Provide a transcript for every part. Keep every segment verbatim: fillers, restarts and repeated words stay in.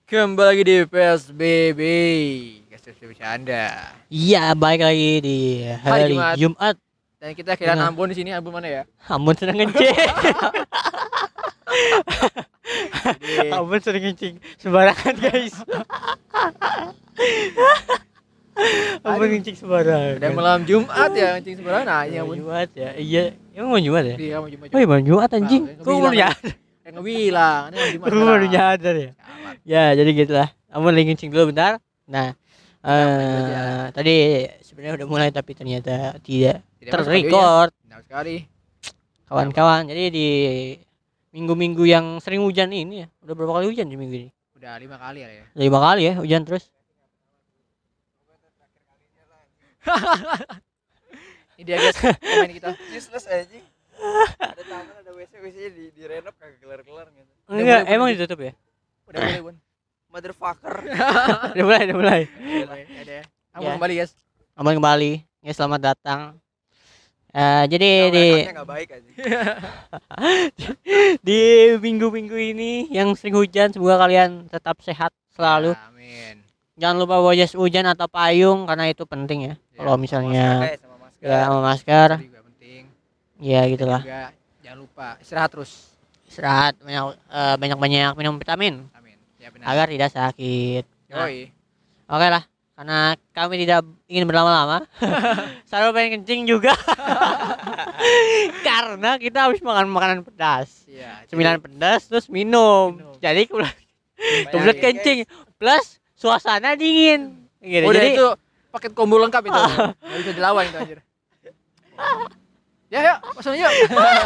Kembali lagi di P S B B. Kasih bercanda. Iya, baik lagi di Hari hari Jumat. Jumat. Dan kita kehilangan Dengan- Ambon di sini. Ambon mana ya? Ampun sering kencing. Jadi, Ampun sering kencing sembarangan guys. Ampun Aduh. kencing sembarangan. udah malam Jumat ya, anjing sembarangan nah, anjing Malam Ambon. Jumat ya. Iya, emang mau Jumat ya? Iya, mau Jumat. Oh iya, malam Jumat anjing. Nah, Kok baru ngebilang nyadar? Yang ngebilang, ini malam Jumat. Kok baru sekarang. nyadar ya? Sialan. Ya, jadi gitulah. Ampun lagi kencing dulu bentar. Nah, lanjut aja. eh tadi sebenarnya udah mulai tapi ternyata tidak Tidak masuk terrecord. Benar sekali. Kawan-kawan, jadi di minggu-minggu yang sering hujan ini ya, udah berapa kali hujan di minggu ini? Udah lima kali ya. Udah lima kali ya hujan terus. Ini dia guys, komen kita. Useless aja. Ada taman, ada W C, W C-nya di direnov kagak kelar-kelar gitu. Enggak, boleh, emang boleh. ditutup ya? Udah mulai, Bun. Motherfucker. Udah mulai, udah mulai. Udah mulai. Ada ya. Ambon Ya. kembali guys. Aman kembali. Ya, selamat datang. Eh, jadi Nah, di rekodnya nggak baik aja. di minggu-minggu ini yang sering hujan, semoga kalian tetap sehat selalu. Amin. Jangan lupa bawa jas hujan atau payung karena itu penting ya. Ya, Kalau Masker, misalnya guys, sama masker. ya sama masker, Itu juga penting. ya gitulah. Juga jangan lupa istirahat terus. Istirahat, banyak eh, banyak-banyak minum vitamin Amin. Ya benar. agar tidak sakit. Nah, Yoi. oke lah, karena kami tidak ingin berlama-lama. Selalu pengen kencing juga. Karena kita habis makan makanan pedas. Iya. Cemilan pedas terus minum. Minum. Jadi kebelet Banyak kebelet ya, kencing plus suasana dingin. Gitu. Udah Jadi itu paket combo lengkap itu. Enggak bisa dilawan itu anjir. Ya yuk, langsung yuk.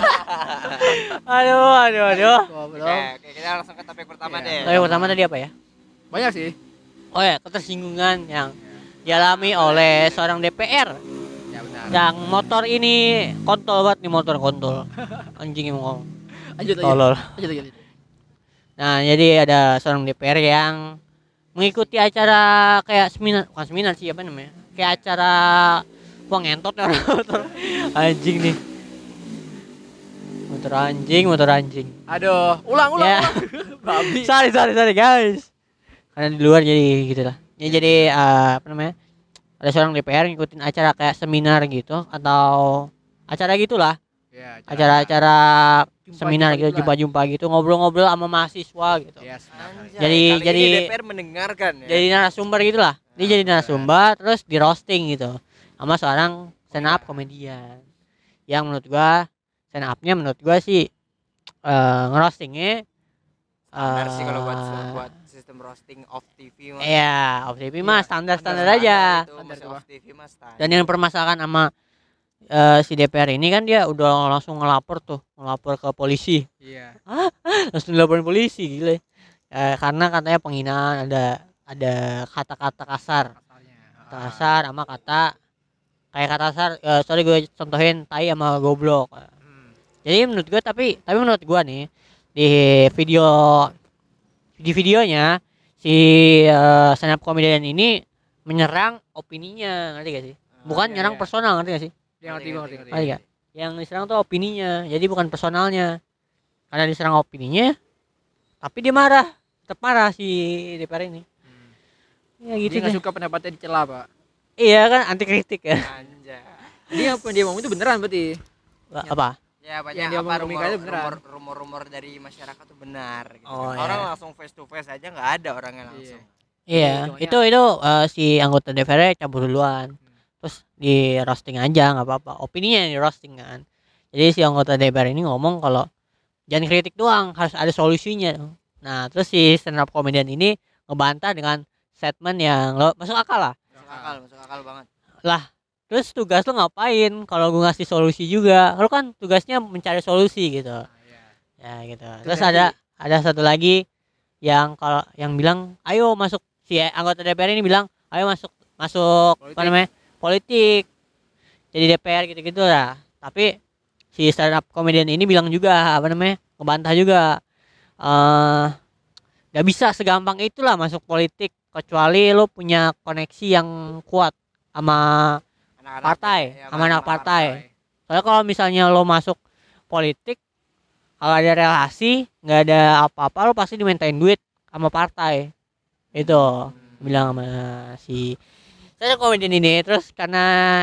aduh aduh aduh. Oke, Goblok. oke, kita langsung ke topik pertama Iya. deh. Topik pertama tadi apa ya? Banyak sih. Oh ya, ketersinggungan yang dialami oleh seorang D P R. Ya benar. Yang motor ini kontol banget nih, motor kontol. Anjing emang Lanjut aja. tolol. Lanjut aja. Nah, jadi ada seorang D P R yang mengikuti acara kayak seminar, bukan seminar sih, apa namanya? Kayak acara wah ngentot nih orang motor. Anjing nih. Motor anjing, motor anjing. Aduh, ulang ulang. Ya. ulang. Babi. Sorry, sorry, sorry guys. Karena di luar jadi gitu lah. Ya, jadi eh, apa namanya? Ada seorang D P R ngikutin acara kayak seminar gitu atau acara gitulah, Ya, acara-acara Jumpa- seminar jumpa gitu, gitulah. jumpa-jumpa gitu, ngobrol-ngobrol sama mahasiswa gitu. Yes, benar. Anjay, Jadi- kali jadi- ini D P R mendengarkan ya. Jadi narasumber gitu lah. Dia jadi narasumber terus di roasting gitu sama seorang stand up komedian. Yang menurut gua stand up-nya menurut gua sih eh ngerostingnya Standar sih kalau buat eh, buat sistem roasting off T V mah. iya, off T V mah Iya, standar-standar standar aja. Itu Standar masih gua. off T V mah standar. Dan yang permasalahan sama eh, si D P R ini kan dia udah langsung ngelapor tuh, ngelapor ke polisi. Iya. Langsung dilaporin polisi gila. Eh, karena katanya penghinaan, ada ada kata-kata kasar. Asalnya. Kata kasar sama kata kayak kata kasar, eh, sorry gue contohin tai sama goblok. Hmm. Jadi menurut gue tapi tapi menurut gue nih di video di videonya si uh, stand up comedian ini menyerang opininya, ngerti gak sih? Bukan iya, nyerang iya. personal, ngerti gak sih? Dia ngerti gua ngerti ngerti. Ngerti gak? Yang diserang tuh opininya, jadi bukan personalnya. Karena diserang opininya, tapi dia marah, tetap marah si D P R ini. Hmm. Ya gitu Dia nggak deh. suka pendapatnya dicela, Pak. Iya kan anti kritik ya. Anjay. Dia apa yang dia ngomong itu beneran berarti. Apa? Ya banyak Yang dia apa ngomong rumor, itu beneran. rumor, rumor-rumor dari masyarakat tuh benar gitu. Oh, kan. Orang iya. langsung face to face aja nggak ada orangnya langsung. Iya, hitungannya- itu itu eh, si anggota D P R cabur duluan. Terus di roasting aja nggak apa-apa. Opininya yang di roasting kan. Jadi si anggota D P R ini ngomong kalau jangan kritik doang, harus ada solusinya. Nah, terus si stand up comedian ini ngebantah dengan statement yang lo masuk akal lah. Masuk akal, masuk akal banget. Terus tugas lo ngapain kalau gue ngasih solusi juga? Lo kan tugasnya mencari solusi gitu. Nah, iya. Ya gitu. Itu Terus berarti- ada ada satu lagi yang kalau yang bilang ayo masuk, si anggota D P R ini bilang ayo masuk masuk apa Politik. namanya politik jadi D P R gitu-gitu lah. Tapi si stand up comedian ini bilang juga apa namanya ngebantah juga eh nggak bisa segampang itulah masuk politik kecuali lo punya koneksi yang kuat sama Anak-anak Partai, ya, sama anak partai. Soalnya kalau misalnya lo masuk politik kalau ada relasi nggak ada apa-apa lo pasti dimintain duit sama partai. Itu bilang sama si saya komedian ini, terus karena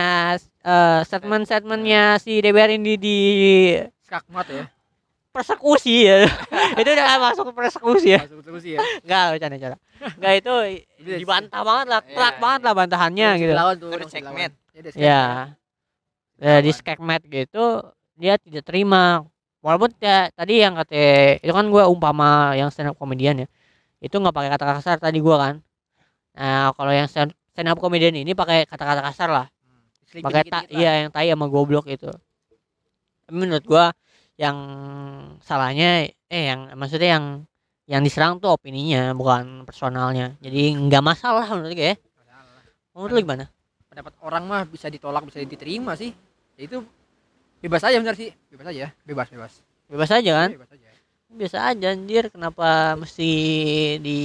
eh, statement-statementnya si D B R ini di Skakmat ya. persekusi ya. Itu udah masuk ke persekusi ya. Masuk terus ya. Enggak, bercanda cara. Enggak, itu dibantah banget lah, Iya, telak banget lah bantahannya gitu. Lawan tuh. Udah langsung dilawan. checkmate. Ya, udah Ya. checkmate. Ya, di skakmat gitu dia tidak terima. Walaupun ya, tadi yang kata itu kan gue umpama yang stand up komedian ya. Itu nggak pakai kata kasar tadi gue kan. Nah, kalau yang stand stand up komedian ini pakai kata-kata kasar lah. Selipin Pakai dikit-dikit tak lah. iya yang tai sama goblok itu. Tapi menurut gua yang salahnya eh yang maksudnya yang yang diserang tuh opininya bukan personalnya. Jadi nggak masalah menurut gue ya. Masalah. Menurut lu gimana? Pendapat orang mah bisa ditolak, bisa diterima sih. Ya itu bebas aja benar sih. Bebas aja, bebas, bebas. Bebas aja kan? Bebas aja. Biasa aja anjir, kenapa mesti di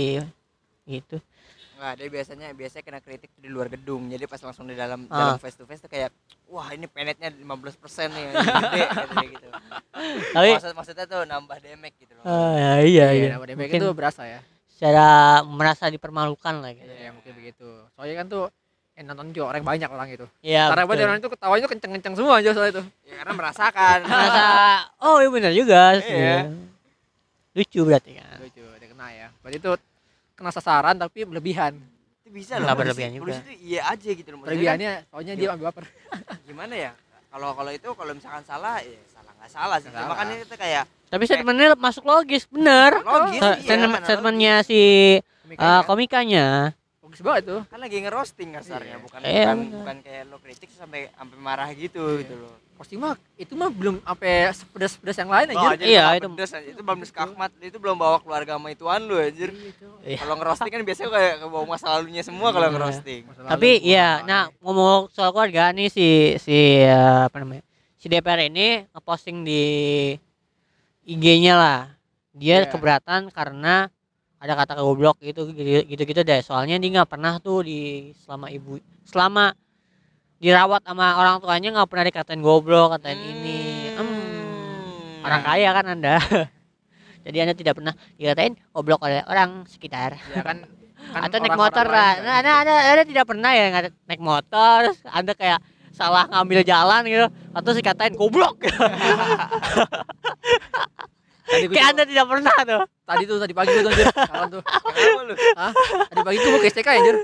gitu. Enggak, dia biasanya biasanya kena kritik di luar gedung. Jadi pas langsung di dalam Ah. dalam face to face tuh kayak wah, ini penetnya lima belas persen nih yang gede katanya gitu. Tapi Maksud, maksudnya tuh nambah damage gitu loh. ah, iya iya. Nama D M X Mungkin itu berasa ya. secara merasa dipermalukan lah gitu. Iya, mungkin begitu. Soalnya kan tuh yang nonton juga orang banyak orang itu. Iya. Karena betul. banyak orang itu ketawanya tuh kenceng-kenceng semua aja soal itu. Ya karena merasakan. Merasa oh iya benar juga sih. Iya. Lucu berarti kan. Lucu, dia kena ya. Berarti itu kena sasaran tapi berlebihan. Itu bisa Nggak loh. berlebihan polisi- juga. polisi tuh iya aja gitu loh. Maksudnya kan, Berlebihannya soalnya dia ambil baper. gimana ya? Kalau kalau itu kalau misalkan salah ya salah nggak salah sih. Nggak Cuma kan salah. itu kayak Tapi statementnya masuk logis, bener. logis Sta- iya, statement- mana Statementnya logis. si Komikanya uh, kan. komikanya. Bagus banget tuh. Kan lagi ngerosting kasarnya, Iya. bukan Iya, bukan, bener. bukan kayak lo kritik sampai sampai marah gitu Iya. gitu loh. Pasti mah itu mah belum sampai sepedas-pedas yang lain Oh, aja. jadi Iya, itu itu- pedes aja. Itu belum skakmat, itu belum bawa keluarga sama ituan lu anjir. Iya. Kalau ngerosting kan biasanya kayak ke bawa masa lalunya semua kalau Iya. ngerosting. Tapi iya, nah ngomong soal keluarga nih si si uh, apa namanya? Si D P R ini ngeposting di I G-nya lah. Dia Iya. keberatan karena ada kata goblok gitu gitu-gitu deh. Soalnya dia nggak pernah tuh di selama ibu selama dirawat sama orang tuanya nggak pernah dikatain goblok, katain ini. Hmm. Orang kaya kan Anda. Jadi Anda tidak pernah dikatain goblok oleh orang sekitar. ya kan, kan Atau naik orang-orang motor lain lah. kan. Nah, anda, anda, anda tidak pernah ya nggak- naik motor, terus anda kayak salah ngambil jalan gitu, atau sih katain goblok. Tadi gua Kayak cuma- anda tidak pernah tuh. tadi tuh tadi pagi tuh anjir. Kawan tuh. Kenapa lu? Hah? Tadi pagi gua mau ke S T K anjir.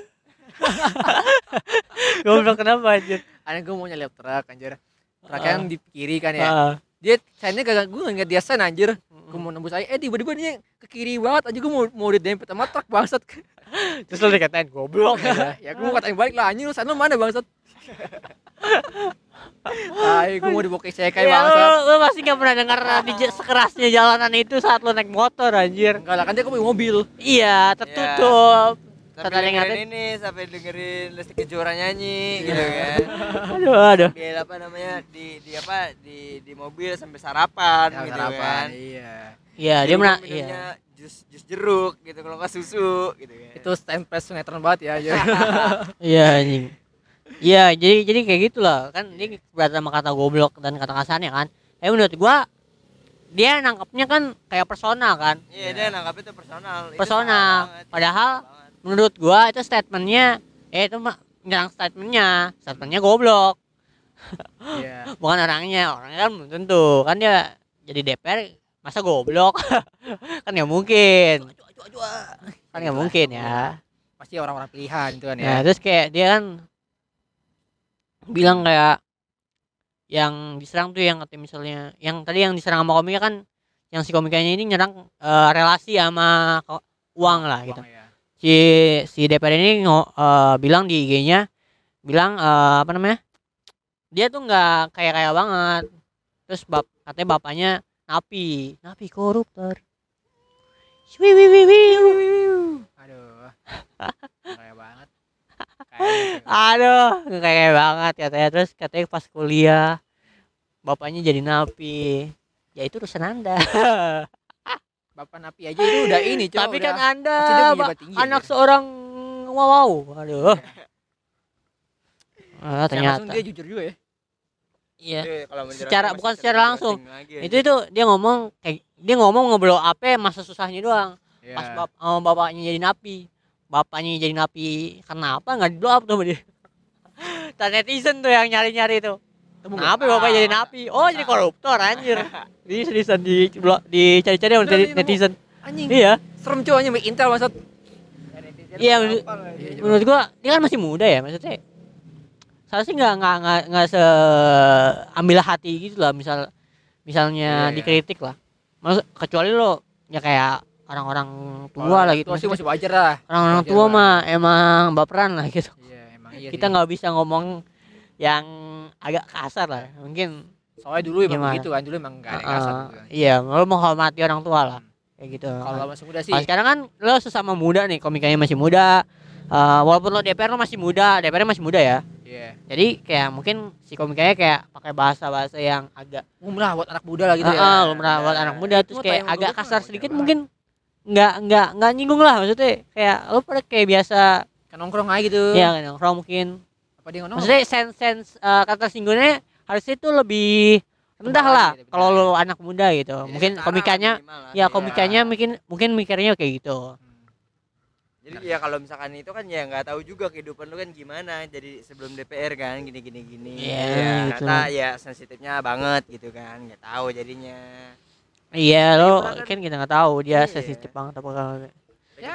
Goblok kenapa anjir? Ada gua mau nyelip truk anjir. Truk yang di kiri kan ya. Ah. Dia sennya gak gua enggak dia sen anjir. Gua mau nembus aja, eh tiba-tiba dia ke kiri banget aja, gua mau mau didempet sama truk bangsat. Terus lo dikatain goblok. Ya gua mau katain balik lah, anjing lu sana mana bangsat. Tai gua mau dibawa ke S T K Ya, bangsat. lo, lo pasti nggak pernah dengar di j- sekerasnya jalanan itu saat lo naik motor anjir. Enggak lah kan dia kok pakai mobil. Iya, tertutup. Sampai Tadi dengerin ngatain- ini, sampai dengerin Lesti Kejora nyanyi gitu kan. Aduh, aduh. Di apa namanya? Di di apa? Di di mobil sampai sarapan Ya, gitu sarapan, kan. iya. Iya, Di dia rumah pernah. minumnya Iya. jus jus jeruk gitu, kalau nggak susu gitu kan. Itu stempel sinetron banget ya anjir. Iya anjing. Iya, jadi jadi kayak gitulah kan dia keberatan sama kata goblok dan kata kasarnya kan. Eh menurut gua dia nangkepnya kan kayak personal kan. Iya, dia nangkap itu personal. Itu Personal. salah banget, itu Padahal salah banget. menurut gua itu statementnya eh itu mah nyerang statementnya, statementnya goblok. Iya. Bukan orangnya, orangnya kan belum tentu. Kan dia jadi D P R masa goblok. Kan nggak mungkin. Kan nggak mungkin ya. Pasti orang-orang pilihan itu kan ya. Nah, terus kayak dia kan bilang kayak yang diserang tuh yang katanya misalnya yang tadi yang diserang sama komika kan yang si komikanya ini nyerang eh, relasi sama ko- uang lah gitu. Uang, ya. Si si D P R ini ngo- eh, bilang di I G-nya bilang eh, apa namanya? Dia tuh nggak kayak kaya banget. Terus bap katanya bapaknya napi, napi koruptor. Wih wih wih wih. Aduh. Kayak banget. Kayak gitu. Aduh, kayak banget katanya. Terus katanya pas kuliah bapaknya jadi napi. Ya itu urusan Anda. Bapak napi aja itu udah ini, Cok. Tapi udah. kan Anda pasti dia punya ba- hebat tinggi anak aja. seorang wow. Aduh. Ah, Secara ternyata. langsung dia jujur juga ya. Iya. Iya, kalau menjelaskan Secara masih bukan bisa secara langsung. dijelasin lagi, Itu anjir. itu dia ngomong kayak dia ngomong ngeblow up masa susahnya doang. Iya. Pas bap sama bapaknya jadi napi. Bapaknya jadi napi kenapa nggak di blow up tuh sama dia. Dan netizen tuh yang nyari-nyari tuh. Kenapa bapaknya jadi napi? Oh, jadi koruptor anjir. Ini seriusan di dicari-cari sama Beneran, ini netizen. Anjing. Iya. Serem cowoknya make Intel maksud. Iya, menurut, Gampang aja. Iya, menurut gua dia kan masih muda ya, maksudnya. Seharusnya nggak nggak nggak nggak se ambil hati gitu lah, misal misalnya Iya, iya. dikritik lah. Maksud kecuali lo ya kayak orang-orang tua lah gitu. Tua sih maksudnya. masih wajar lah. Orang-orang wajar tua lah. mah emang baperan lah gitu. Iya, emang iya Kita sih. nggak bisa ngomong yang agak kasar lah. Mungkin Soalnya dulu emang Gimana? begitu kan, dulu emang enggak ada yang uh, kasar gitu kan. iya, lo menghormati orang tua lah. Kayak gitu. Kalau masih muda sih. Kalau sekarang kan lo sesama muda nih, komikanya masih muda. Uh, walaupun lo D P R lo masih muda, D P R masih muda ya. Iya. Jadi kayak mungkin si komikanya kayak pakai bahasa-bahasa yang agak Umrah buat anak muda lah gitu ah, ya. ah, lumrah buat Nah, anak muda terus cuma kayak tayang agak bagus kasar mah sedikit wajar mungkin nggak nggak nggak nyinggung lah maksudnya kayak lo pada kayak biasa Kan nongkrong aja gitu. ya kan nongkrong mungkin Apa dia ngomong? maksudnya sense sense uh, kata singgungnya harusnya itu lebih rendah Tebal lah gitu, kalau benar. lo anak muda gitu Jadi mungkin setara komikanya minimal lah. ya Iya. komikanya mungkin mungkin mikirnya kayak gitu. Jadi ya kalau misalkan itu kan ya nggak tahu juga kehidupan lu kan gimana. Jadi sebelum D P R kan gini gini gini. Iya, Ya, gitu. ternyata ya sensitifnya banget gitu kan. Nggak tahu jadinya. Iya lo pula kan- kan kita nggak tahu dia Iya. sensitif banget apa kagak. Ya.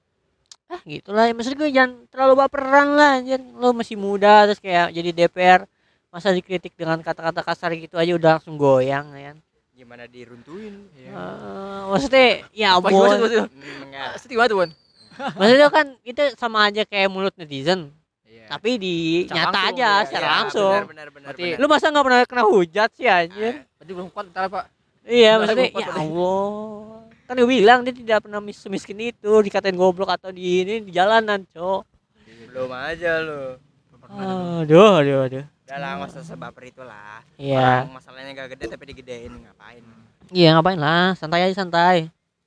Ah gitulah ya, maksud gue jangan terlalu baperan lah anjir. Lo masih muda terus kayak jadi D P R masa dikritik dengan kata-kata kasar gitu aja udah langsung goyang ya kan. Gimana diruntuhin? Iya. Eh, maksudnya ya Apa gimana ampun. tuh? Hmm, enggak. Sedih banget tuh, Bon. Maksudnya kan itu sama aja kayak mulut netizen. Iya. Tapi di Secara nyata langsung, aja iya, secara Iya, langsung. Benar benar benar. Berarti- benar. Lu masa nggak pernah kena hujat sih anjir? Berarti belum kuat ntar Pak. Iya, Nggak, maksudnya belum kuat ya berarti. Allah. Kan gue bilang dia tidak pernah mis semiskin itu dikatain goblok atau di ini di jalanan, Cok. Belum aja lu. Aduh, aduh, aduh. Udah lah nggak usah sebaper itulah. Iya. Orang masalahnya gak gede tapi digedein ngapain? Iya, ngapain lah, santai aja santai.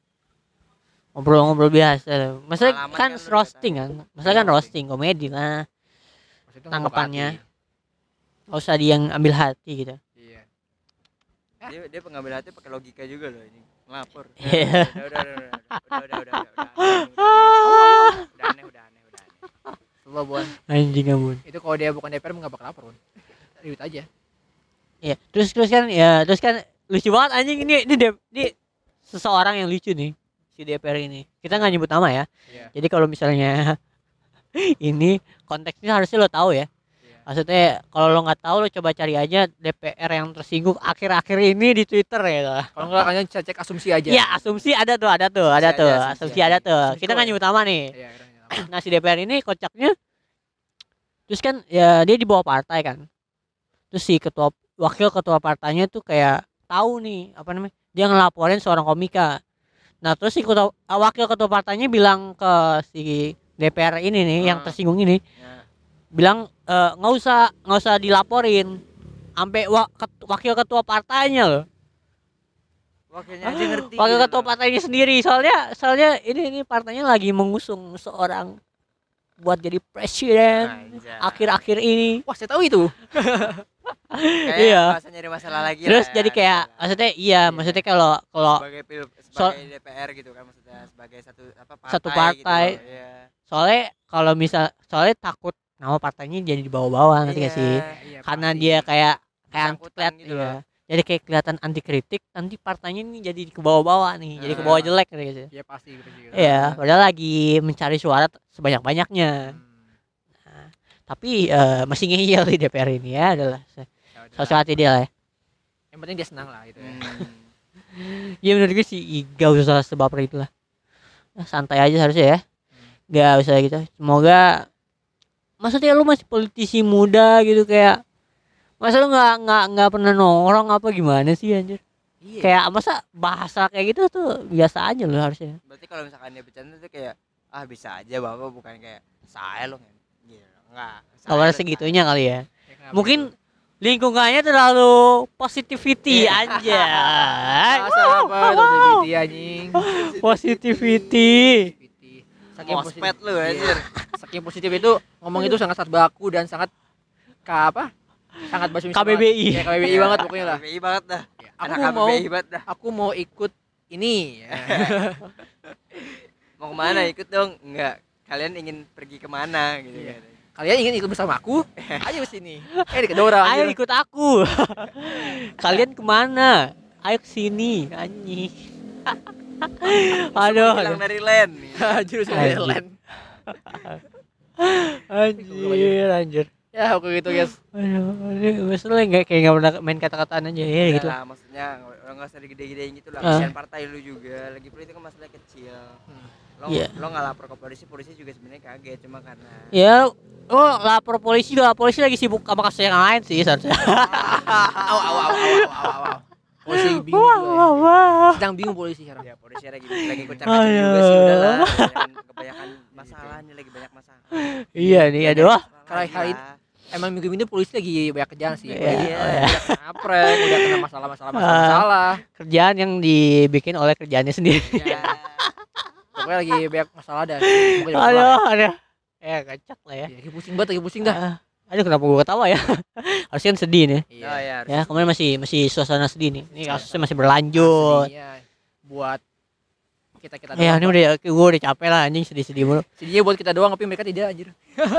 Ngobrol-ngobrol biasa. Maksudnya Pengalaman kan kan lu roasting kan. Maksudnya kan Roasting. roasting komedi lah. Maksudnya Tanggapannya. ngomong Gak usah dia yang ambil hati gitu. hati. Iya. Dia dia pengambil hati pakai logika juga loh ini. Ngelapor. Iya. Udah udah udah udah udah udah udah udah udah aneh udah aneh udah aneh. Coba, Bon. Anjing ampun. Itu kalau dia bukan D P R enggak bakal lapor, Bon. Ribet aja. Iya, terus terus kan ya, terus kan lucu banget anjing ini ini dia, dia seseorang yang lucu nih si D P R ini. Kita nggak nyebut nama ya. Iya. Jadi kalau misalnya ini konteksnya harusnya lo tahu ya. Iya. Maksudnya kalau lo nggak tahu lo coba cari aja D P R yang tersinggung akhir-akhir ini di Twitter ya. Kalau enggak kalian cek, cek asumsi aja. Iya, asumsi ada tuh, ada tuh, ada Asumsi tuh, ada, asumsi asumsi ada. ada tuh. Asumsi Kita tuh nggak ya. nyebut nama nih. Iya, kira-kira. Nah si D P R ini kocaknya terus kan ya dia di bawah partai kan terus si ketua wakil ketua partainya tuh kayak tahu nih apa namanya dia ngelaporin seorang komika nah terus si ketua, ah, wakil ketua partainya bilang ke si D P R ini nih yang Ah. tersinggung ini Ya. bilang "Eh, nggak usah nggak usah dilaporin sampai wa- ket- wakil ketua partainya loh Wakilnya aja ngerti. wakil gitu ketua loh. partainya sendiri soalnya soalnya ini ini partainya lagi mengusung seorang buat jadi presiden Anjay. akhir-akhir ini. Wah, saya tahu itu. Kayak Iya. masa nyari masalah lagi Terus lah ya, jadi kayak gitu lah. maksudnya iya, Iya. maksudnya kalau kalau sebagai pil so- sebagai D P R gitu kan maksudnya sebagai satu apa partai Satu partai. gitu loh. Iya. soalnya kalau misal soalnya takut nama partainya jadi dibawa-bawa ngerti gak Iya, sih? Iya, Karena pasti. dia kayak kayak anti Bersangkutan keliat- gitu iya. loh. Jadi kayak kelihatan anti kritik, nanti partainya ini jadi ke bawah-bawah nih, jadi ke Ah. bawah jelek ngerti gak sih? Iya, pasti pasti. Iya, padahal lagi mencari suara t- sebanyak-banyaknya. Hmm. Tapi eh, masih ngeyel di D P R ini ya adalah Ya udah. sesuatu hati dia lah ya. Yang penting dia senang lah gitu ya. Hmm. Ya menurut gue sih gak usah sebaper itulah. Nah, santai aja harusnya ya. Gak usah gitu. Semoga maksudnya lu masih politisi muda gitu kayak masa lu nggak nggak nggak pernah nongkrong apa gimana sih anjir? Iya. Kayak masa bahasa kayak gitu tuh biasa aja lu harusnya. Berarti kalau misalkan dia bercanda tuh kayak ah bisa aja bapak bukan kayak saya loh gitu. Enggak. saya Kalau loh, segitunya kali ya. Ya, kenapa Mungkin gitu? lingkungannya terlalu positivity Iya. aja. Masa apa positivity anjing. Positivity. Positivity. Saking positif, Mospet lu anjir. saking positif itu ngomong itu sangat sangat baku dan sangat ka apa? Sangat bahasa K B B I. Ya, K B B I banget pokoknya lah. K B B I banget dah. Ya, Anak Aku mau K B B I banget dah. aku mau ikut ini. Ya. Mau kemana ikut dong? Enggak. Kalian ingin pergi kemana gitu Iya. kan. Kalian ingin ikut bersama aku? Ayo ke sini. Eh dikedorong. Ayo ikut aku. Kalian kemana? Ayo ke sini, anjing. Aduh, Hilang dari land. Jurus Anjir. Land. anjir, anjir. Ya aku gitu guys. Aduh, aduh, maksudnya nggak kayak nggak pernah main kata-kataan aja ya Udah gitu. lah, maksudnya nggak nggak usah digede-gedein gitu lah. Ah. Kasihan partai lu juga. Lagi pula itu kan masalah kecil. Lo Iya. lo nggak lapor ke polisi, polisi juga sebenarnya kaget cuma karena Ya, oh lapor polisi lah. Polisi lagi sibuk sama kasus yang lain sih seharusnya. Aw aw aw aw aw aw aw. Polisi bingung Wah, juga. wah, ya. wah. Sedang bingung polisi sekarang. ya polisi lagi lagi kucar kacir juga sih Aduh. udahlah. Kebanyakan, kebanyakan masalah nih lagi banyak masalah. Iya nih, aduh. Kalau hari Emang minggu ini polisi lagi banyak kerjaan sih. Iya, Polisi iya. udah kena prank, udah kena masalah-masalah masalah. Kerjaan yang dibikin oleh kerjaannya sendiri. Ya. Pokoknya lagi banyak masalah dah. Pokoknya masalah Aduh, ya. aduh. Ya kacak lah ya. Iya, lagi pusing banget, lagi pusing dah. Ah, aduh kenapa gua ketawa ya? Harusnya kan sedih nih. Iya, oh, ya, harus. Ya kemarin masih masih suasana sedih nih. Ini kasusnya masih berlanjut. Sedihnya buat kita kita Ya ini udah gua udah capek lah anjing sedih-sedih mulu. sedihnya buat kita doang tapi mereka tidak anjir.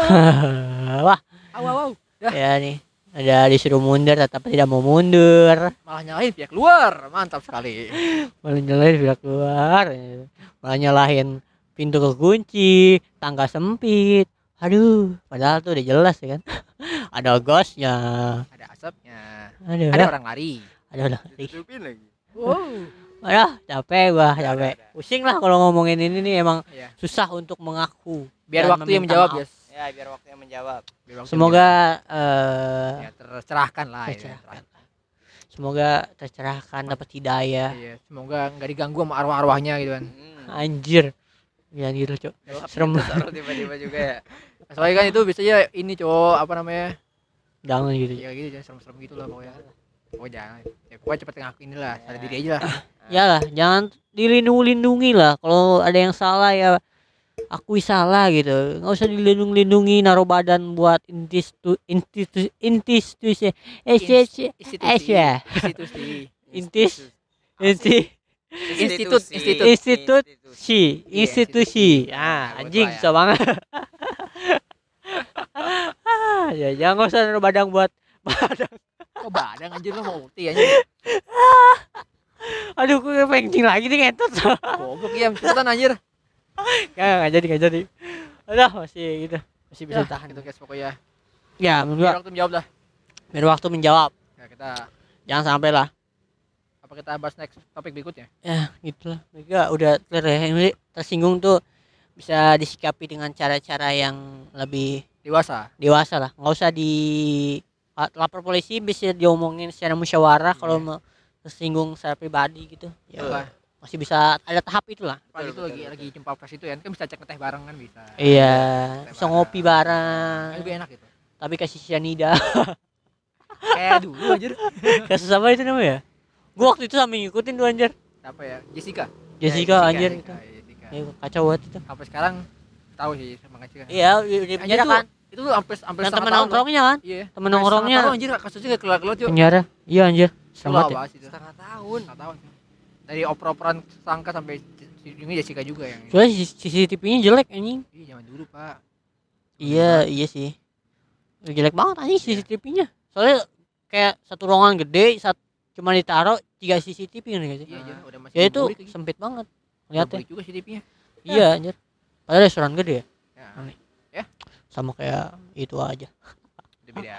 Wah, Aw aw aw. Dah. ya nih. Ada disuruh mundur tetap tidak mau mundur. Malah nyalahin pihak luar. Mantap sekali. Malah nyalahin pihak keluar. Malah nyalahin pintu kekunci, tangga sempit. Aduh, padahal tuh udah jelas ya kan. Ada ghostnya. Ada asapnya. Ada, Ada orang lari. ada udah. Ditutupin lagi. Wow. Aduh, capek gua, Ada, capek. ada, ada. Pusing lah kalau ngomongin ini nih emang Iya. susah untuk mengaku. Biar dan waktu yang meminta menjawab, maaf. guys. Ya biar waktunya menjawab. Biar waktu yang Semoga eh menjawab. ya tercerahkan lah ya. tercerahkan. Semoga tercerahkan dapat hidayah. Iya, semoga nggak diganggu sama arwah-arwahnya gitu kan. Hmm. Anjir. Ya gitu, Cuk. Serem. Taruh tiba-tiba juga ya. Soalnya kan itu biasanya ini cowok apa namanya? Jangan gitu. Ya gitu jangan serem-serem gitu lah pokoknya. Pokoknya jangan. Ya pokoknya cepet ngaku inilah, sadar diri aja lah. Yalah, jangan dilindungi-lindungi lah. Kalau ada yang salah ya akui salah gitu. Nggak usah dilindung-lindungi naruh badan buat institusi institusi institusi eh eh eh ya. Institusi. Intis inti Institut, institut. institut si Iya, institusi. institusi. Ah, Nah, anjing betul ya. susah banget. Ah, ya jangan nggak usah naruh badan buat badan. Kok badang anjir lo mau ulti anjir. Aduh, gue pengen lagi nih ngentot. Goblok ya, cepetan anjir. Nggak nggak jadi nggak jadi. Udah masih gitu, masih bisa Ya, tahan. gitu guys pokoknya. Ya, menurut Biar gua waktu menjawab lah. biar waktu menjawab. Ya, kita Jangan sampai lah. apa kita bahas next topik berikutnya? Ya, gitulah. Mereka udah clear ya. Ini tersinggung tuh bisa disikapi dengan cara-cara yang lebih Dewasa. dewasa lah. Nggak usah di a- lapor polisi, bisa diomongin secara musyawarah. Iya. Kalau mau tersinggung secara pribadi gitu. Ya, Apa? masih bisa ada tahap itulah. Apalagi itu Betul, lagi betul, lagi jumpa pers itu ya, kan bisa cek teh bareng kan bisa. Iya, Teh bisa ngopi Kan bareng. lebih enak gitu. Tapi kasih cyanida. Kayak dulu anjir. Kasus apa itu namanya? Gua waktu itu sambil ngikutin tuh anjir. Apa ya? Jessica. Jessica, Ya, anjir Jessica, itu. ya, Jessica. Ya, kacau banget itu. Sampai sekarang tahu sih sama Jessica. Iya, di Anjir penjara itu, kan. itu tuh sampai sampai Yang setengah temen tahun loh. nongkrongnya kan. Iya. Temen Sampai nongkrongnya. setengah tahun anjir kasusnya gak kelar-kelar cuy. Penjara. Iya anjir. Serem Selalu banget ya. bahas itu. Setengah tahun. Setengah tahun. Dari oper-operan sangka sampai ujungnya Jessica juga yang. Soalnya C C T V-nya jelek anjing. Iya zaman dulu pak. Iya, iya sih. Jelek banget anjing C C T V-nya. Soalnya kayak satu ruangan gede, sat cuma ditaruh tiga C C T V kan gak sih? Iya anjir udah masih. Ya itu burik lagi. sempit banget. Udah Lihatnya. burik juga C C T V-nya. Iya anjir. Padahal restoran gede ya. Ya. Aneh. Ya. Sama kayak itu aja. Udah beda.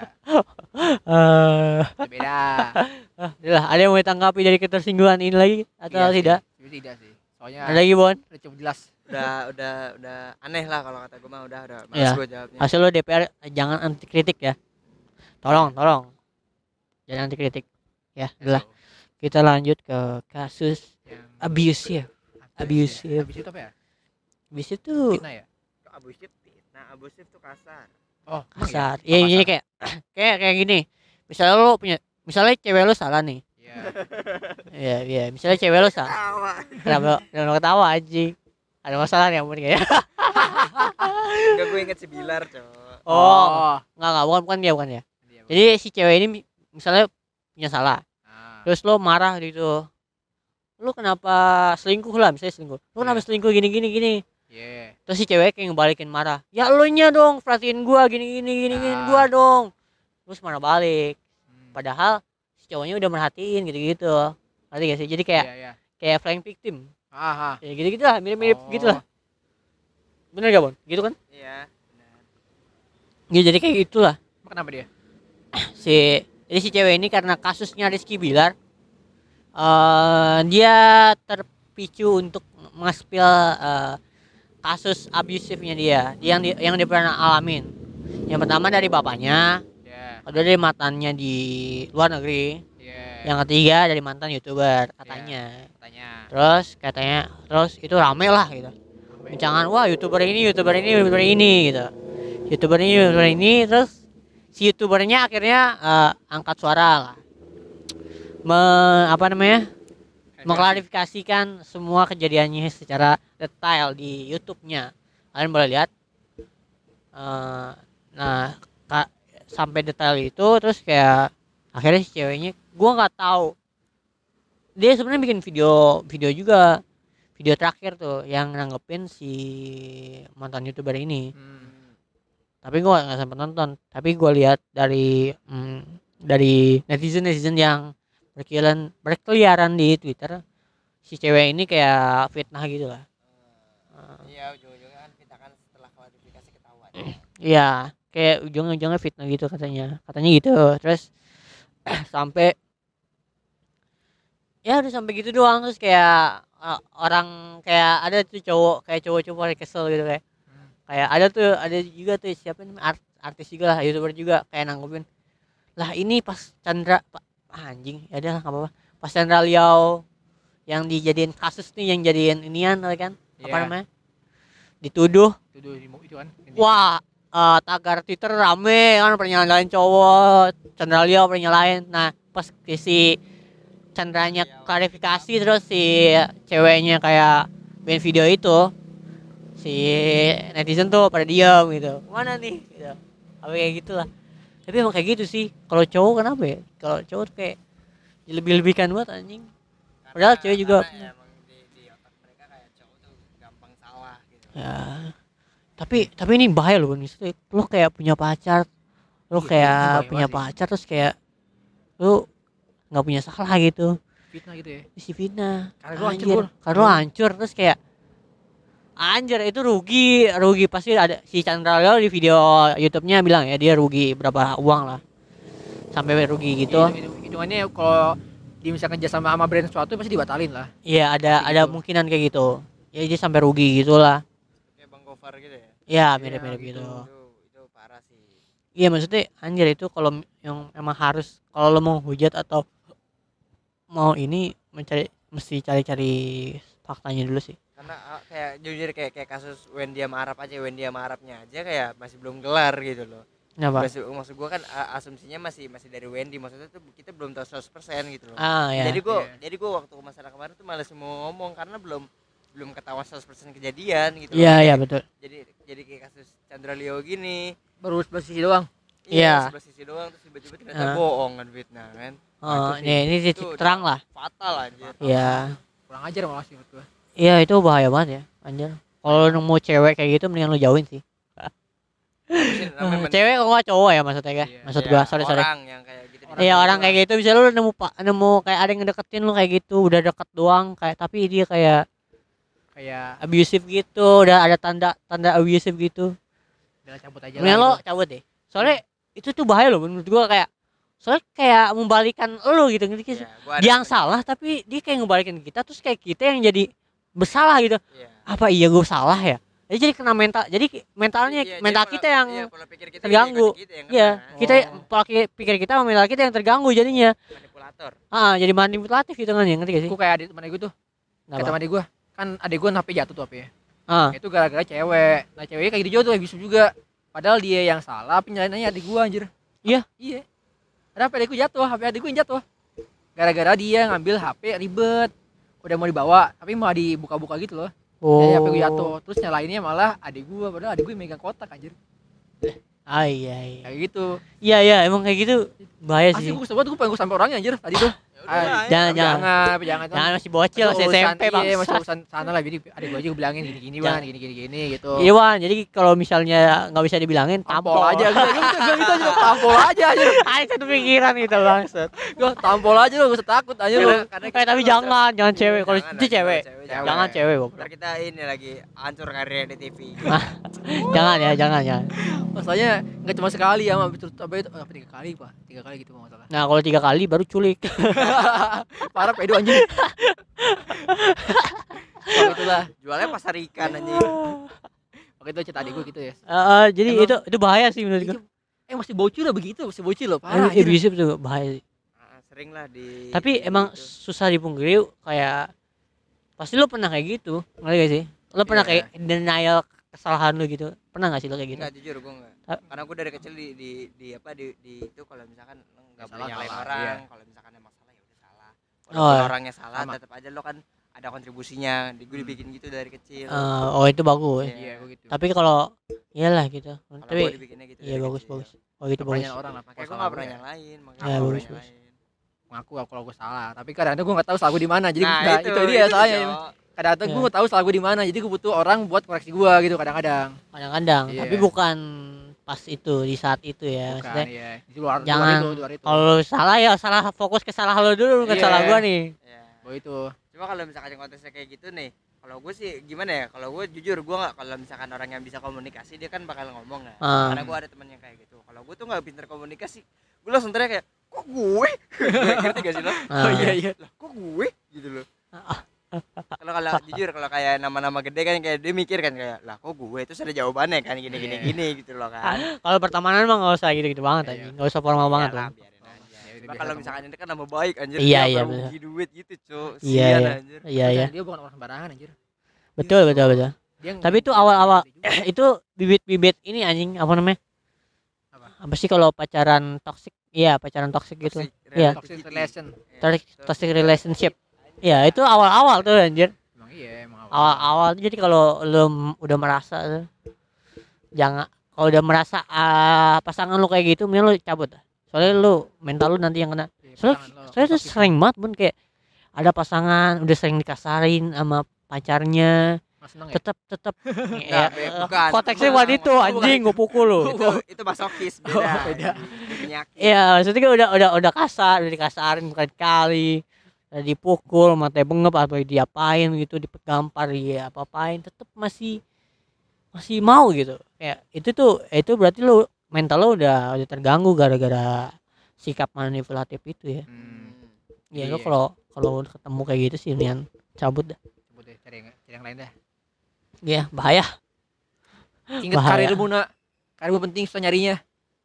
Eh, Udah beda. ah, udah, ada yang mau ditanggapi dari ketersinggungan ini lagi atau Iya sih. tidak? Tapi tidak sih. Soalnya Ada lagi, Bon? udah cukup jelas. Udah udah udah aneh lah kalau kata gue mah udah udah males Iya. gue jawabnya. Hasil lo D P R jangan anti kritik ya. Tolong, tolong. Jangan anti kritik. Ya, udah. Kita lanjut ke kasus Yang abuse ya. Abusive. Abuse itu apa ya? Abuse itu Fitnah ya? Abusif fitnah, abusif tuh kasar. Oh, kasar. Iya, Iya, iya kayak kayak kayak gini. Misalnya lo punya misalnya cewek lo salah nih. Iya. Iya, iya. Misalnya cewek lo salah. Tawa. Kenapa kenapa ketawa anjing? Ada masalah nih ampun kayaknya. Enggak gue inget si Bilar, cowok. Oh, enggak enggak bukan bukan dia bukan ya. Iya, Jadi si cewek ini mi- misalnya punya salah. ah, Terus lo marah gitu. lu kenapa selingkuh lah, misalnya selingkuh, lu kenapa Iya. selingkuh gini gini gini. Iya. Terus si cewek kayak ngebalikin marah, ya lu nya dong perhatiin gua gini gini gini gini Ah. gua dong. Terus marah balik, Hmm. padahal si cowoknya udah merhatiin gitu-gitu. Ngerti gak sih? Jadi kayak Iya, iya. kayak flying victim. Aha. Ya gitu-gitu lah, mirip-mirip Oh. gitu lah. Bener gak, Bon? Gitu kan? Iya, benar. Ya, jadi kayak gitulah. Kenapa dia? Si jadi si cewek ini karena kasusnya Rizky Bilar, eh dia terpicu untuk mengspil eh, kasus abusifnya dia yang di, yang dia pernah alamin. Yang pertama dari bapaknya, Ya. kedua dari mantannya di luar negeri, Iya. yang ketiga dari mantan YouTuber katanya. Katanya. Terus katanya, terus itu rame lah gitu. Jangan, wah YouTuber ini, YouTuber ini, YouTuber ini gitu. YouTuber ini, YouTuber ini, terus si YouTubernya akhirnya eh, angkat suara lah. Me, apa namanya? Mengklarifikasikan semua kejadiannya secara detail di YouTube-nya. Kalian boleh lihat. Eh, nah, ka- sampai detail itu, terus kayak akhirnya si ceweknya, gua nggak tahu. Dia sebenarnya bikin video, video juga, video terakhir tuh yang nanggepin si mantan YouTuber ini. Hmm. Tapi gua nggak sempat nonton. Tapi gua lihat dari mm, dari netizen netizen yang berkeliaran berkeliaran di Twitter, si cewek ini kayak fitnah gitu lah. Iya, ujung-ujungnya kan kita kan setelah klarifikasi ketahuan. Iya, kayak ujung-ujungnya fitnah gitu katanya. Katanya gitu. Terus sampai ya udah sampai gitu doang. Terus kayak uh, orang kayak ada tuh cowok kayak cowok-cowok yang kesel gitu kayak. Hmm. Kayak ada tuh ada juga tuh siapa namanya art, artis juga lah, YouTuber juga kayak nanggupin. Lah ini pas Chandra Pak anjing, ya udah nggak apa-apa. Pas Chandra Liao yang dijadiin kasus nih, yang jadiin inian kan? Apa Iya. namanya? Dituduh. Itu dulu itu kan. Ini. Wah, eh, tagar Twitter rame kan, pernyalain cowok, Chandra Liao pernyalain. Nah, pas ke si Chandranya klarifikasi, terus si ceweknya kayak bikin video itu, si netizen tuh pada diam gitu. Mana nih? Gitu. Apa kayak gitulah. Tapi emang kayak gitu sih. Kalau cowok kenapa ya? Kalau cowok tuh kayak lebih-lebihkan banget anjing. Padahal cewek juga. Karena emang di, di otak mereka kayak cowok tuh gampang salah gitu. Ya. Tapi tapi ini bahaya loh, misalnya lu kayak punya pacar, lu Iya, itu kayak bahaya punya banget sih. pacar terus kayak lu nggak punya salah gitu, Fitnah gitu ya. si fitnah. Karena lu hancur, Anjir, Bro. karena lu hancur terus kayak anjir itu rugi, rugi pasti ada. Si Chandra Leo di video YouTube-nya bilang ya dia rugi berapa uang lah. Sampai rugi gitu. Itu- itu- Hitungannya kalau di misalkan kerja sama sama brand sesuatu pasti dibatalin lah. Iya, ada Kayak ada gitu. kemungkinan kayak gitu. Ya dia sampai rugi gitulah. Kayak Bang Gofar gitu ya. Ya, Iya, mirip-mirip gitu. gitu. Itu itu parah sih. Iya, maksudnya anjir itu kalau yang emang harus, kalau lo mau hujat atau mau ini mencari, mesti cari-cari faktanya dulu sih. Karena ah, kayak jujur kayak kayak kasus Wendy sama Arab aja, Wendy sama Arabnya aja kayak masih belum gelar gitu loh. Kenapa? Maksud, maksud gua kan a- asumsinya masih masih dari Wendy, maksudnya tuh kita belum tahu seratus persen gitu loh. Ah ya. Jadi gua Iya. jadi gua waktu masalah kemarin tuh malas mau ngomong karena belum belum ketahuan seratus persen kejadian gitu loh. Iya iya Kayak- betul. Jadi jadi kayak kasus Chandra Leo gini. Baru sebelah sisi doang. Iya. Sebelah sisi doang terus tiba-tiba ternyata Ah. bohong kan fitnah kan. Oh, itu sih. ini ini titik Itu terang lah. Fatal anjir. Iya. Kurang ajar malah sih menurut gua. Iya itu bahaya banget ya, anjir. Kalau lu nemu cewek kayak gitu mendingan lu jauhin sih. Mungkin namanya men- Cewek kok nggak cowok ya maksudnya kan? Iya. Maksud Iya, gua, sorry sorry. Orang yang kayak gitu. Orang Iya kayak orang gitu kayak gitu bisa lu nemu pak nemu kayak ada yang ngedeketin lu kayak gitu, udah deket doang kayak, tapi dia kayak Kayak abusive gitu, udah ada tanda tanda abusive gitu. udah cabut aja Mendingan lah. lo gitu. cabut deh. Soalnya itu tuh bahaya loh menurut gua, kayak soalnya kayak membalikan lu gitu, ngerti gak sih? Iya, gua ada Dia yang temen- salah tapi dia kayak ngebalikin kita, terus kayak kita yang jadi bersalah gitu. Iya. Apa iya gue salah ya? Jadi jadi kena mental, jadi mentalnya Iya, mental jadi kita pola- yang iya, pola pikir kita terganggu. jadi kita yang Iya, kena. kita Oh. pola ki- pikir kita sama mental kita yang terganggu jadinya. Manipulator. Ah, jadi manipulatif gitu kan ya, ngerti gak sih? Gua kayak adik teman gue tuh. Kata Kenapa? adik gua, kan adik gua H P jatuh tuh H P-nya. Ah, Itu gara-gara cewek. Nah, ceweknya kayak gitu juga tuh, abis juga. Padahal dia yang salah, penyalahinnya adik gua anjir. Iya. Iya. Ada H P adikku jatuh, H P adikku yang jatuh. Gara-gara dia ngambil H P ribet. Udah mau dibawa, tapi mau dibuka-buka gitu loh. oh. Jadi H P gue jatuh. Terus nyalainnya malah adik gua, padahal adik gua yang megang kotak anjir. Ah iya iya. Kayak gitu. Iya iya, emang kayak gitu bahaya Asli sih. gua kesel banget, gua pengen gua sampai orangnya anjir tadi tuh. Ya Ah, Jangan, jangan. jangan, jangan. Jangan masih bocil, masih S M P bang. Iya, masih urusan sana lah. Jadi adik gue aja gue bilangin gini-gini Jangan. Wan, gini-gini gini gitu. Iya Wan, jadi kalau misalnya nggak bisa dibilangin, Tampol tampol aja gitu. Gue gitu, gue gitu aja, tampol aja aja. Ayo satu pikiran gitu bangsat. Gue tampol aja lu, gue takut aja lu. Karena- karena Eh kita tapi kalau jangan, jangan Iya, cewek. Kalau jangan itu lah, cewek, kalau Cewek. jangan cewek goblok. Ntar kita ini lagi hancur karirnya di T V. Jangan ya, jangan ya. Masalahnya nggak cuma sekali ya, mah betul apa itu? Apa tiga kali pak? Tiga kali gitu nggak salah. Nah kalau tiga kali baru culik. Parah pedo anjing. Waktu itulah, Jualnya pasar ikan anjing. waktu itu cerita adik gue gitu ya. Eh, eh, jadi Emang- itu itu bahaya sih menurut gue. Eh masih bocil lah begitu, masih bocil loh, parah. Eh, anjir. Abusif tuh bahaya sih. Ah, sering lah di Tapi di emang gitu. susah dipungkiri kayak pasti lo pernah kayak gitu, ngerti gak sih? Lo pernah Iya. kayak denial kesalahan lo gitu, pernah gak sih lo kayak gitu? Enggak jujur gue enggak. Ta- Karena gue dari kecil di di, di apa di, di itu kalau misalkan lo enggak Salah, boleh nyalain salah, orang, iya. kalau misalkan emang salah ya udah salah. Oh, Kalau iya. orangnya salah Sama. tetap aja lo kan ada kontribusinya. Di gue dibikin gitu dari kecil. Eh, oh itu bagus. Iya. Iya, gue gitu. Tapi kalau iyalah gitu. Kalau Tapi gue dibikinnya gitu. iya dari bagus kecil. bagus. Oh itu bagus. Pertanyaan orang lah, Makanya kalau gue salah enggak gue pernah ya. nyalain, makanya Iya, gue bagus, pernah nyalain. Ngaku kalau gue salah, tapi kadang-kadang gue nggak tahu salah gue di mana. Jadi Nah, nah, itu, dia salahnya. Cok. Kadang-kadang gue Iya. nggak tahu salah gue di mana, jadi gue butuh orang buat koreksi gue gitu kadang-kadang. Kadang-kadang, Iya. tapi bukan pas itu di saat itu ya. Bukan, Maksudnya iya. Di luar, jangan luar itu, luar itu. kalau lu salah ya salah fokus ke salah lo dulu bukan Iya. salah gua nih. Iya. Oh itu. Cuma kalau misalkan yang konteksnya kayak gitu nih, kalau gue sih gimana ya? Kalau gue jujur gue nggak, kalau misalkan orang yang bisa komunikasi dia kan bakal ngomong ya. Ah. Karena gue ada teman yang kayak gitu. Kalau gue tuh nggak pinter komunikasi, gue langsung teriak kayak, kok gue? Ngerti gak sih lo? Ah. Oh iya iya. Lah, kok gue? Gitu loh. Ah. Kalau kalau jujur kalau kayak nama-nama gede kan kayak dia mikir kan kayak, lah kok gue? Terus ada jawabannya kan gini gini Iya. gini gitu loh kan. Kalau pertemanan mah nggak usah gitu-gitu banget Iya. anjing. Enggak usah formal banget Biarlah, tuh. biarin aja. Ya, udah Cuma biasa kalau sama. misalkan ini kan nama baik anjir. Iya, dia iya, baru bener. rugi duit gitu, Cuk. Iya, Sian iya. anjir. Iya iya. Dia bukan orang sembarangan anjir. Betul betul betul. Dia Tapi itu awal-awal itu bibit-bibit ini anjing apa namanya? Apa? Apa sih kalau pacaran toxic? Iya, pacaran toxic gitu. Toxic Iya. toxic relativity. relation. Iya, Toxic, toxic toxic relationship. Iya, itu awal-awal tuh anjir. Emang iya, emang awal. Awal-awal tuh jadi kalau lu m- udah merasa tuh, jangan kalau udah merasa ah, pasangan lu kayak gitu mending lu cabut. Soalnya lu mental lu nanti yang kena. Iya, Soalnya pasangan lo saya tuh toxic. sering banget Bun kayak ada pasangan udah sering dikasarin sama pacarnya Nggak seneng ya? tetap tetap Enggak, be- bukan. konteksnya Bukan, wanita bukan. anjing gue pukul lu. itu itu masokis beda. Oh, beda. Itu penyakit. Iya maksudnya kan udah udah udah kasar udah dikasarin berkali-kali udah dipukul matanya bengep atau diapain gitu digampar ya apa-apain tetap masih masih mau gitu kayak itu tuh itu berarti lu mental lu udah udah terganggu gara-gara sikap manipulatif itu ya. Hmm. Ya Iya. lu kalau kalau ketemu kayak gitu sih Nian cabut dah. Coba deh cari yang, cari yang lain dah. Iya, bahaya. Ingat Bahaya. karirmu nak. Karirmu penting susah nyarinya.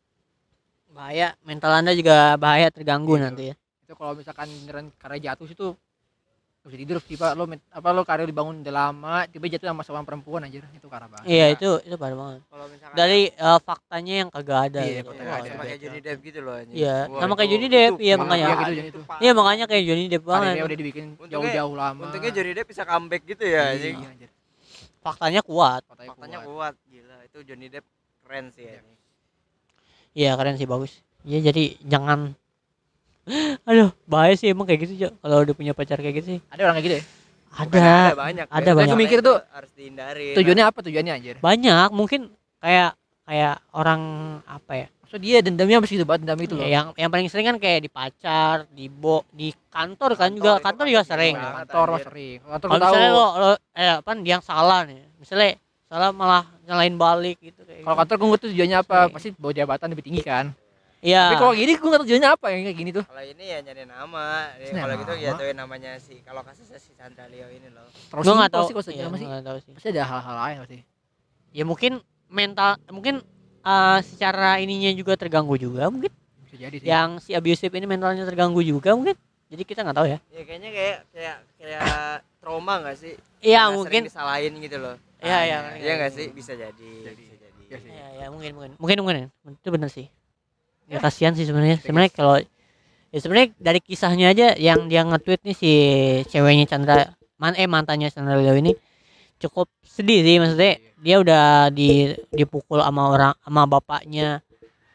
Bahaya, mental Anda juga bahaya terganggu Iya. nanti ya. Itu kalau misalkan beneran karir jatuh situ nggak bisa tidur sih pak. Lo men- apa lo karir dibangun udah lama, tiba jatuh sama seorang perempuan anjir. Itu parah banget. Iya, itu itu parah banget. Kalau misalkan Dari eh, faktanya yang kagak ada Iya, gitu. faktanya Wah, ada. itu pakai Johnny Depp gitu loh anjing. Iya, Wah, sama kayak itu- Johnny Depp, itu iya, parah, makanya. Iya, gitu, itu. parah. Iya, makanya kayak Johnny Depp Karirnya banget. udah dibikin Untungnya- jauh-jauh lama. Untungnya Johnny Depp bisa comeback gitu ya anjing. Iya, anjir. Faktanya kuat. Faktanya Faktanya kuat. kuat, gila. Itu Johnny Depp keren sih Iya. anjing. Iya, keren sih bagus. Iya, jadi jangan aduh, bahaya sih emang kayak gitu, Cok. Kalau udah punya pacar kayak gitu sih. Ada orang kayak gitu ya? Bukan Ada. ada banyak. ada Ben. banyak. Aku mikir Itu tuh, harus dihindari. Tujuannya apa tujuannya anjir? Banyak, mungkin kayak kayak orang apa ya? Maksud dia dendamnya masih gitu banget dendam itu loh. Ya, yang yang paling sering kan kayak di pacar, di bo, di kantor kan juga, Kantor, kantor itu juga kantor sering. juga. Kantor lo anjir. sering. Kantor Kalau gue tahu. misalnya lo, lo eh apa yang salah nih, misalnya salah malah nyalain balik gitu kayak. Kalau gitu. kantor gue nggak tahu tujuannya apa. Sering. Pasti bawa jabatan lebih tinggi kan. Iya. Tapi kalau gini gue nggak tahu tujuannya apa yang kayak gini tuh. Kalau ini ya nyari nama. Ya, Nyari kalau gitu nama. ya tuh namanya si kalau kasusnya si Sandra Leo ini loh. Terus Gue nggak tahu. sih kalau Iya, masih gua nggak tahu sih. pasti ada hal-hal lain pasti. Ya mungkin mental, mungkin eh, secara ininya juga terganggu juga mungkin. Bisa jadi sih. Yang si abusive ini mentalnya terganggu juga mungkin. Jadi kita nggak tahu ya. Ya kayaknya kayak kayak kayak trauma enggak sih? Iya Karena mungkin. sering disalahin gitu loh. Iya iya. Iya enggak sih? Bisa jadi. Jadi. Bisa jadi. Iya sih. Iya ya mungkin mungkin mungkin mungkin itu benar sih. Ya kasihan sih sebenarnya. Sebenarnya kalau ya sebenarnya dari kisahnya aja yang dia nge-tweet nih si ceweknya Chandra man eh mantannya Chandra Leo ini cukup sedih sih maksudnya dia udah di dipukul sama orang sama bapaknya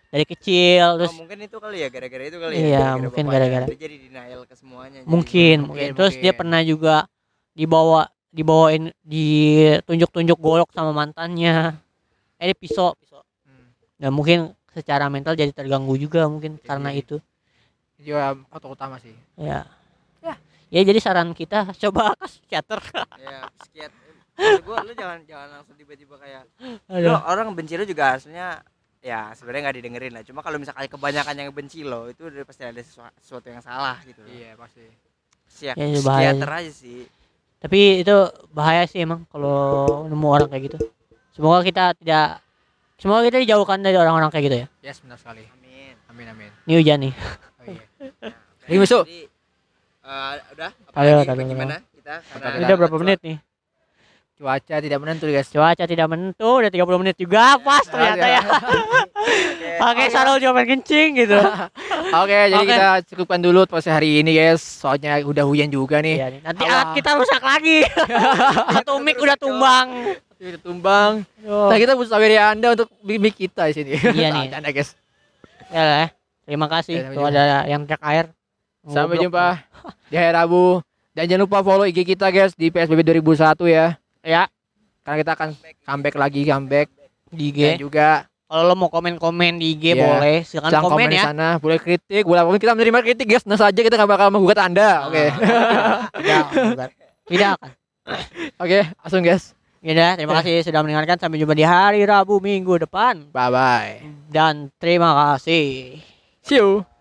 dari kecil Oh, terus mungkin itu kali ya gara-gara itu kali Iya, ya. mungkin bapaknya. gara-gara. Dia jadi denial ke semuanya. jadi. mungkin mungkin, mungkin terus dia mungkin. pernah juga dibawa dibawain ditunjuk-tunjuk golok sama mantannya. Eh dia pisau, pisau. Hmm. Dan mungkin secara mental jadi terganggu juga mungkin Jadi- karena itu. Itu juga faktor utama sih. Ya. Ya. Ya jadi saran kita coba ke psikiater. Ya, psikiater. Menurut gua lu jangan jangan langsung tiba-tiba kayak lu Aduh. orang benci lu juga harusnya ya sebenarnya nggak didengerin lah. Cuma kalau misalkan kebanyakan yang benci lo itu udah pasti ada sesuatu, sesuatu yang salah gitu loh. Iya pasti. Psiak- Ya, itu bahaya psikiater aja sih. Tapi itu bahaya sih emang kalau nemu orang kayak gitu. Semoga kita tidak semoga kita dijauhkan dari orang-orang kayak gitu ya. Yes benar sekali. Amin. Amin amin. Ini hujan nih. Oh, iya. Nah, Ini masuk. jadi, eh, udah apa Ayo, lagi? taruh, Bagaimana kita? Taruh. Karena Udah berapa menit nih? Cuaca tidak menentu guys. Cuaca tidak menentu, udah tiga puluh menit juga pas ternyata ya. Pakai sarung juga main kencing gitu. Oke, jadi Oke. kita cukupkan dulu podcast hari ini guys. Soalnya udah hujan juga nih. Iya nih. Nanti Allah. alat kita rusak lagi. Satu mic udah tumbang. Udah tumbang. Aduh. Nah, kita butuh saweria Anda untuk mic kita di sini. Iya nih. Canda guys. Ya lah. Terima kasih. Ya, sampai Tuh ada yang trek air. Sampai Ngobrol. jumpa di hari Rabu. Dan jangan lupa follow I G kita guys di P S B B dua ribu satu ya. Ya, Karena kita akan comeback lagi, comeback di I G. dan juga Kalau lo mau komen-komen di I G Iya. boleh, silakan jangan komen komen di ya. sana, boleh kritik, boleh apapun kita menerima kritik guys. Nah saja kita nggak bakal menggugat Anda. Oke. Tidak, tidak, tidak akan. Oke, langsung guys. Ya udah, terima kasih sudah mendengarkan. Sampai jumpa di hari Rabu minggu depan. Bye bye. Dan terima kasih. See you.